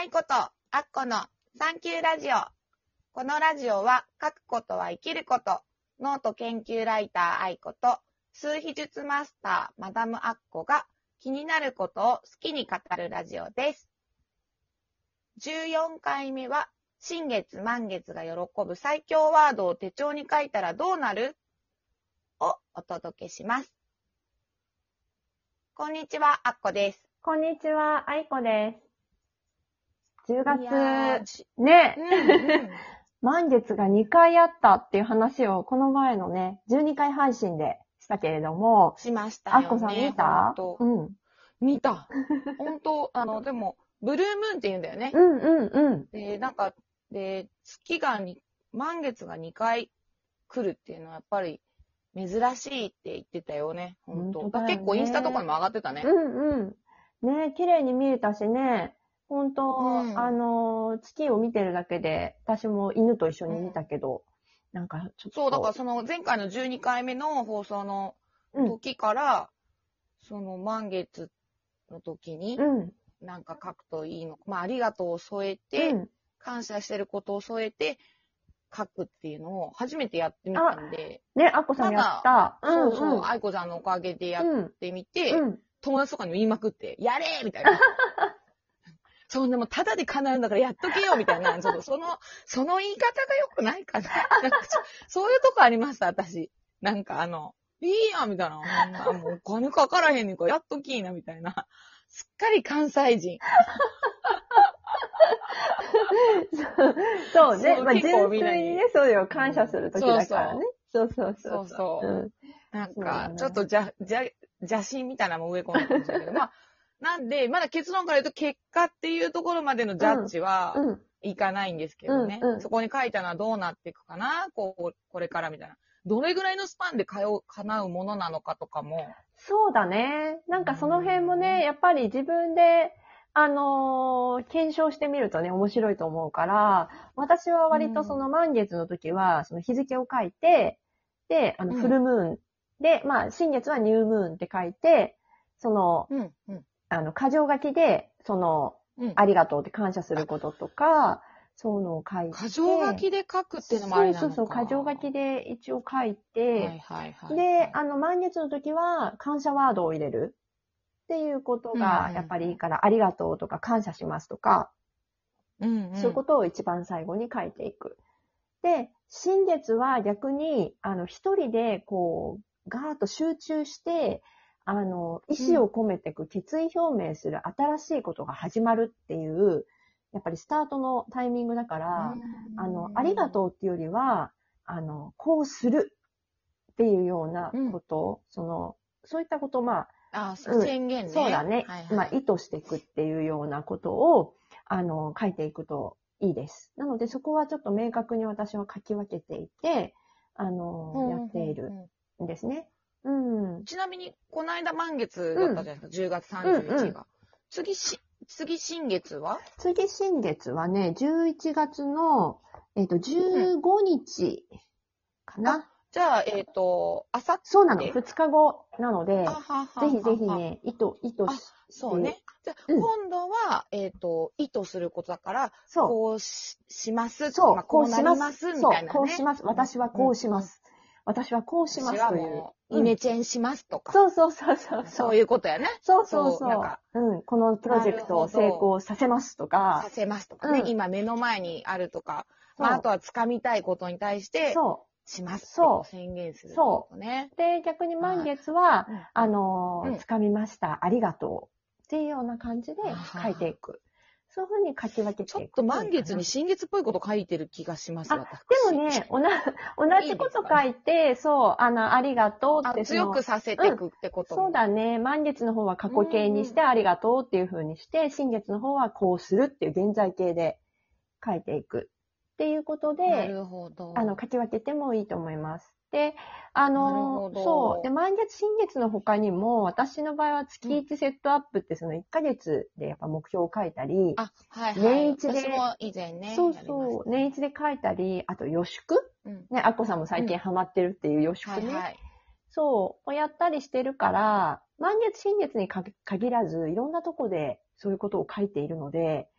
愛子とアッコのサンキューラジオ。このラジオは書くことは生きること。ノート研究ライター愛子と数秘術マスターマダムアッコが気になることを好きに語るラジオです。14回目は新月満月が喜ぶ最強ワードを手帳に書いたらどうなるをお届けします。こんにちは、アッコです。 こんにちは、愛子です。10 いや月、ね、 うん満月が2回あったっていう話をこの前のね、12回配信でしたけれども、 しましたよね。 アッコさん見た？ うん。見た。本当でも、ブルームーンって言うんだよね。で、満月が2回来るっていうのはやっぱり珍しいって言ってたよね。本当だ、結構インスタとかにも上がってたね。 ね、綺麗に見えたしね、本当、月を見てるだけで、私も犬と一緒に見たけど、なんかちょっと。 そう、だからその前回の12回目の放送の時から、その満月の時に、なんか書くといいの。ありがとうを添えて、感謝してることを添えて書くっていうのを初めてやってみたんで。 ね、アッコさんやった。 そう、愛子さんのおかげでやってみて、友達とかにも言いまくって、やれーみたいな。そう、でもただで叶うんだからやっとけよみたいな。その言い方が良くないかな。そういうとこありました、私。なんかいいやみたいな。もうお金かからへんねんからやっときーなみたいな。すっかり関西人。 そうね。純粋にね、そうよ、感謝するときだからね。そう。 なんか、ちょっと邪心みたいなのも植え込んでたんですけど、なんで、まだ結論から言うと結果っていうところまでのジャッジはいかないんですけどね。そこに書いたのはどうなっていくかな、これからみたいな。どれぐらいのスパンで叶うものなのかとかも。 そうだね。なんかその辺もね、やっぱり自分で、検証してみるとね、面白いと思うから、私は割とその満月の時は、その日付を書いて、で、フルムーンで、新月はニュームーンって書いて、その、箇条書きで、ありがとうって感謝することとか、そういうのを書いて。 箇条書きで書くっていうのもありなのか。 そう、箇条書きで一応書いて、で、満月の時は感謝ワードを入れるっていうことがやっぱりいいから、ありがとうとか感謝しますとか、そういうことを一番最後に書いていく。で、新月は逆に、一人でこう、ガーッと集中して、意志を込めていく、決意表明する新しいことが始まるっていう、やっぱりスタートのタイミングだから、ありがとうっていうよりは、こうするっていうようなこと、そういったことを宣言ね。 そうだね。意図していくっていうようなことを、書いていくといいです。なので、そこはちょっと明確に私は書き分けていて、やっているんですね。 ちなみに、この間満月だったじゃないですか、10月31日が。次新月は？ 次新月はね、11月の、15日かな。 じゃあ、あさって。 そうなの、2日後なので、ぜひぜひね、意図して。 そうね。じゃあ、今度は、意図することだから、こうします。 そう、 こうなります、みたいなね。 こうします。私はこうします。私はこうしますという。 イメチェンしますとか。 そう。 そういうことやね。 そう。このプロジェクトを成功させますとか。 させますとかね。今目の前にあるとか。あとは掴みたいことに対して、しますと宣言することね。 で、逆に満月は、掴みました。ありがとう。っていうような感じで書いていく。そういうふうに書き分けていく。 ちょっと満月に新月っぽいこと書いてる気がします、私。 でもね、同じこと書いて、ありがとうって。 強くさせていくってこと、 そうだね。満月の方は過去形にして、ありがとうっていうふうにして、新月の方はこうするっていう現在形で書いていく。っていうことで、 なるほど。 書き分けてもいいと思います。で、そう。で、満月、新月の他にも、私の場合は月1セットアップってその1ヶ月でやっぱ目標を書いたり、年一で、 私も以前ね。 そう、年一で書いたり、あと予宿ね、アッコさんも最近ハマってるっていう予宿ね。そう、やったりしてるから、満月、新月に限らず、いろんなとこでそういうことを書いているので、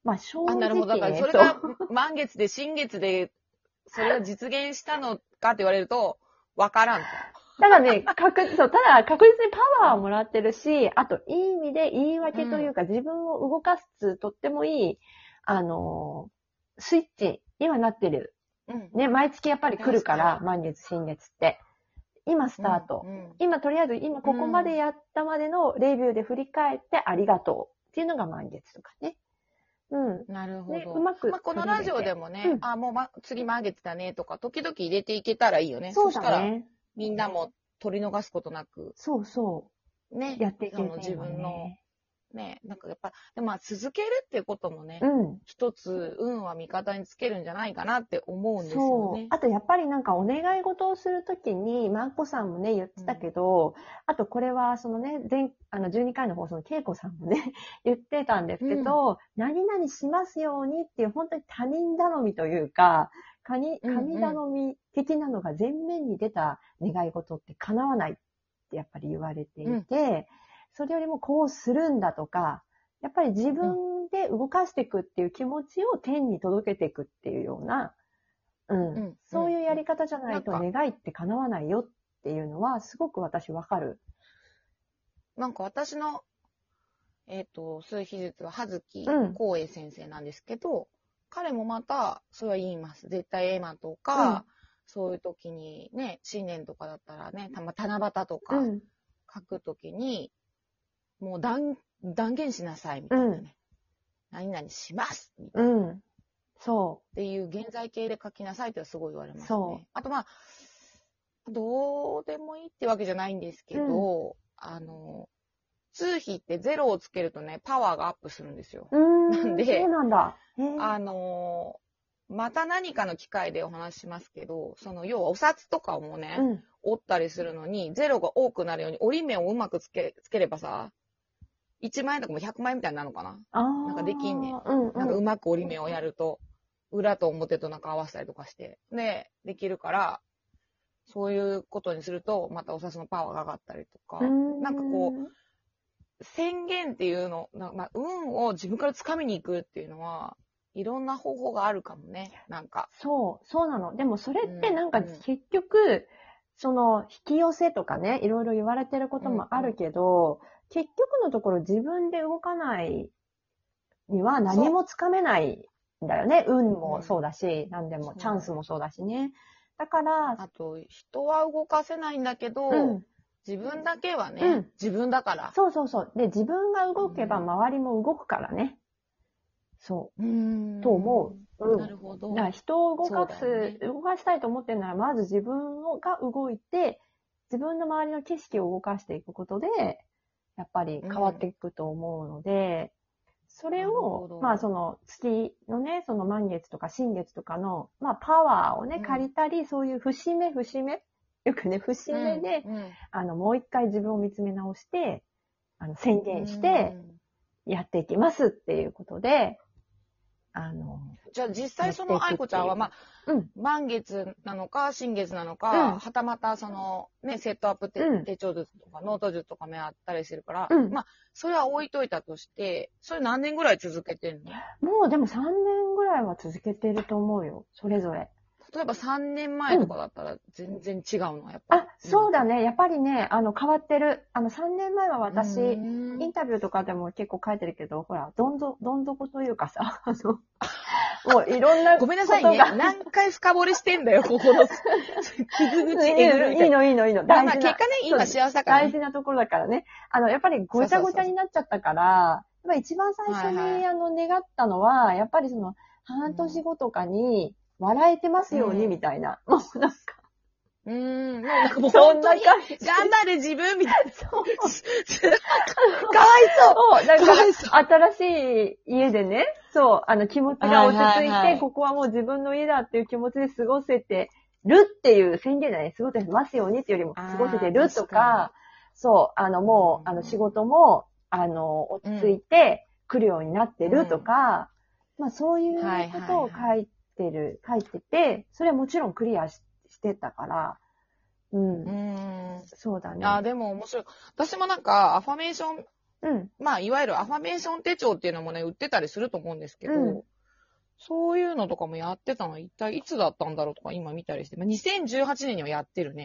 まあ正直。 なるほど。だからそれが満月で新月で、それが実現したのかって言われると、わからんと。 ただね、ただ確実にパワーをもらってるし、あといい意味で言い訳というか、自分を動かすとってもいい、スイッチにはなってる。ね、毎月やっぱり来るから、満月、新月って。今スタート。今とりあえず、今ここまでやったまでのレビューで振り返ってありがとうっていうのが満月とかね。 なるほど。 ね、うまく。 まあ、このラジオでもね、もう次満月だねとか、時々入れていけたらいいよね。 そうだね。 そしたら、みんなも取り逃すことなく。 そうそう。 ね。 やっていける、ね。 自分の、ね、なんかやっぱ、でもまあ続けるっていうこともね、一つ運は味方につけるんじゃないかなって思うんですよね。 あとやっぱりなんかお願い事をするときに、まんこさんもね、言ってたけど、あとこれはそのね、12回の放送のけいこさんもね、言ってたんですけど、何々しますようにっていう本当に他人頼みというか、神頼み的なのが前面に出た願い事って叶わないってやっぱり言われていて、それよりもこうするんだとか、やっぱり自分で動かしていくっていう気持ちを天に届けていくっていうような、そういうやり方じゃないと願いって叶わないよっていうのはすごく私わかる。 なんか私の、数秘術は葉月光栄先生なんですけど、彼もまたそれは言います。絶対絵馬とか、そういう時にね、新年とかだったらね、七夕とか書く時に、もう断言しなさいみたいなね。何々しますみたいな。 そう。 っていう現在形で書きなさいってすごい言われますね。あとまあ、どうでもいいってわけじゃないんですけど、数比って0をつけるとね、パワーがアップするんですよ。なんで、 そうなんだ。 また何かの機会でお話しますけど、要はお札とかもね、折ったりするのに、0が多くなるように折り目をうまくつければさ、1万円とかも100万円みたいになるのかななんかできんねん。なんかうまく折り目をやると、裏と表となんか合わせたりとかして。で、できるから、そういうことにすると、またお札のパワーが上がったりとか、なんかこう、宣言っていうの、まあ、運を自分から掴みに行くっていうのは、いろんな方法があるかもね、なんか。 そうなの。でもそれってなんか結局、引き寄せとかね、いろいろ言われてることもあるけど、結局のところ自分で動かないには何もつかめないんだよね。運もそうだし、何でもチャンスもそうだしね。だから、 あと、人は動かせないんだけど、自分だけはね、自分だから。 そう。で、自分が動けば周りも動くからね。そう。と思う。 なるほど。 だから人を動かしたいと思ってるなら、まず自分が動いて、自分の周りの景色を動かしていくことで、やっぱり変わっていくと思うので、それを、まあ月のね、満月とか新月とかの、まあパワーをね、借りたり、そういう節目、よくね、節目で、もう一回自分を見つめ直して、宣言して、やっていきますっていうことで、 じゃあ実際愛子ちゃんは、まあ、満月なのか、新月なのか、はたまたセットアップ手帳術とか、ノート術とかもあったりするから、まあ、それは置いといたとして、それ何年ぐらい続けてるの？ もうでも3年ぐらいは続けてると思うよ、それぞれ。 例えば3年前とかだったら全然違うの、やっぱり。 そうだね。やっぱりね、変わってる。3年前は私、インタビューとかでも結構書いてるけど、ほら、どん底というかさ、もういろんなごめんなさいね。何回深掘りしてんだよ、ここの傷口えぐるみたいな。 いいの。 大事な。結果ね、今幸せだから、 大事なところだからね。やっぱりごちゃごちゃになっちゃったから、一番最初に願ったのは、やっぱり半年後とかに、笑えてますように、みたいな。もうなんか。 もうなんかもう本当に、頑張る自分みたいな。かわいそう。 だから新しい家でね、気持ちが落ち着いて、ここはもう自分の家だっていう気持ちで過ごせてるっていう宣言でね、過ごせてますようにっていうよりも過ごせてるとか、もう、仕事も、落ち着いて来るようになってるとか、まあそういうことを書いてて、それはもちろんクリアしてたから、そうだね。 でも面白い。私もなんか、アファメーションまあ、いわゆるアファメーション手帳っていうのもね、売ってたりすると思うんですけど、そういうのとかもやってたのは一体いつだったんだろうとか今見たりして、まあ、2018年にはやってるね。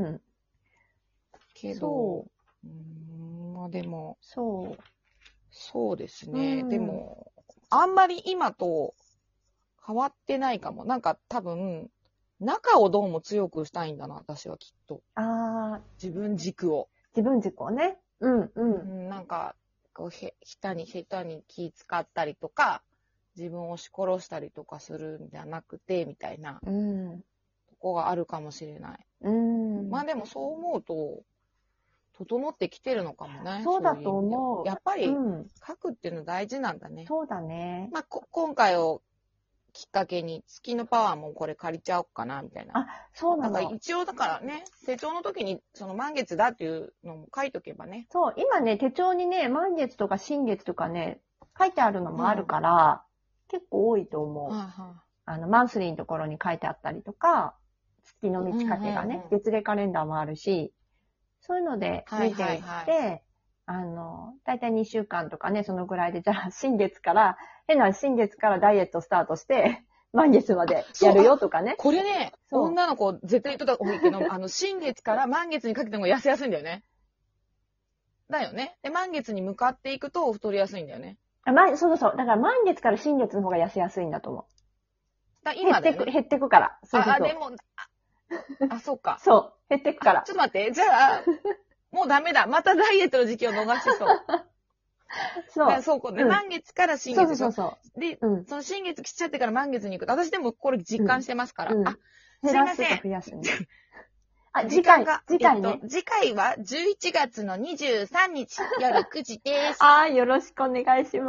けど、まあでも、そうですね。でも、あんまり今と変わってないかも。なんか多分、中をどうも強くしたいんだな、私はきっと。自分軸を。 自分軸をね。 なんか、こう、下手に気使ったりとか、自分を押し殺したりとかするんじゃなくて、みたいな、とこがあるかもしれない。まあでもそう思うと、整ってきてるのかもね。 そうだと思う。 やっぱり、書くっていうの大事なんだね。 そうだね。 まあ、今回をきっかけに、月のパワーもこれ借りちゃおうかな、みたいな。 そうなの。 なんか一応だからね、手帳の時にその満月だっていうのも書いとけばね。 そう、今ね、手帳にね、満月とか新月とかね、書いてあるのもあるから、結構多いと思う。マンスリーのところに書いてあったりとか、月の満ち欠けがね、月齢カレンダーもあるし、そういうので見ていって、だいたい2週間とかね、そのぐらいで、じゃあ新月から、変な新月からダイエットスタートして、満月までやるよとかね。 これね、女の子絶対言っとった方がいいけど、新月から満月にかけても痩せやすいんだよね。だよね。で、満月に向かっていくと太りやすいんだよね。 そう。だから満月から新月の方が痩せやすいんだと思う。 今だよね。 減ってくから。 でも、そうか。 そう、減ってくから。 ちょっと待って、じゃあ、もうダメだ。またダイエットの時期を逃しそう。そうね。満月から新月。 そう。 で、その新月来ちゃってから満月に行くと、私でもこれ実感してますから。すいません。 増やすね。次回ね。 次回は11月の23日夜9時です。 よろしくお願いします。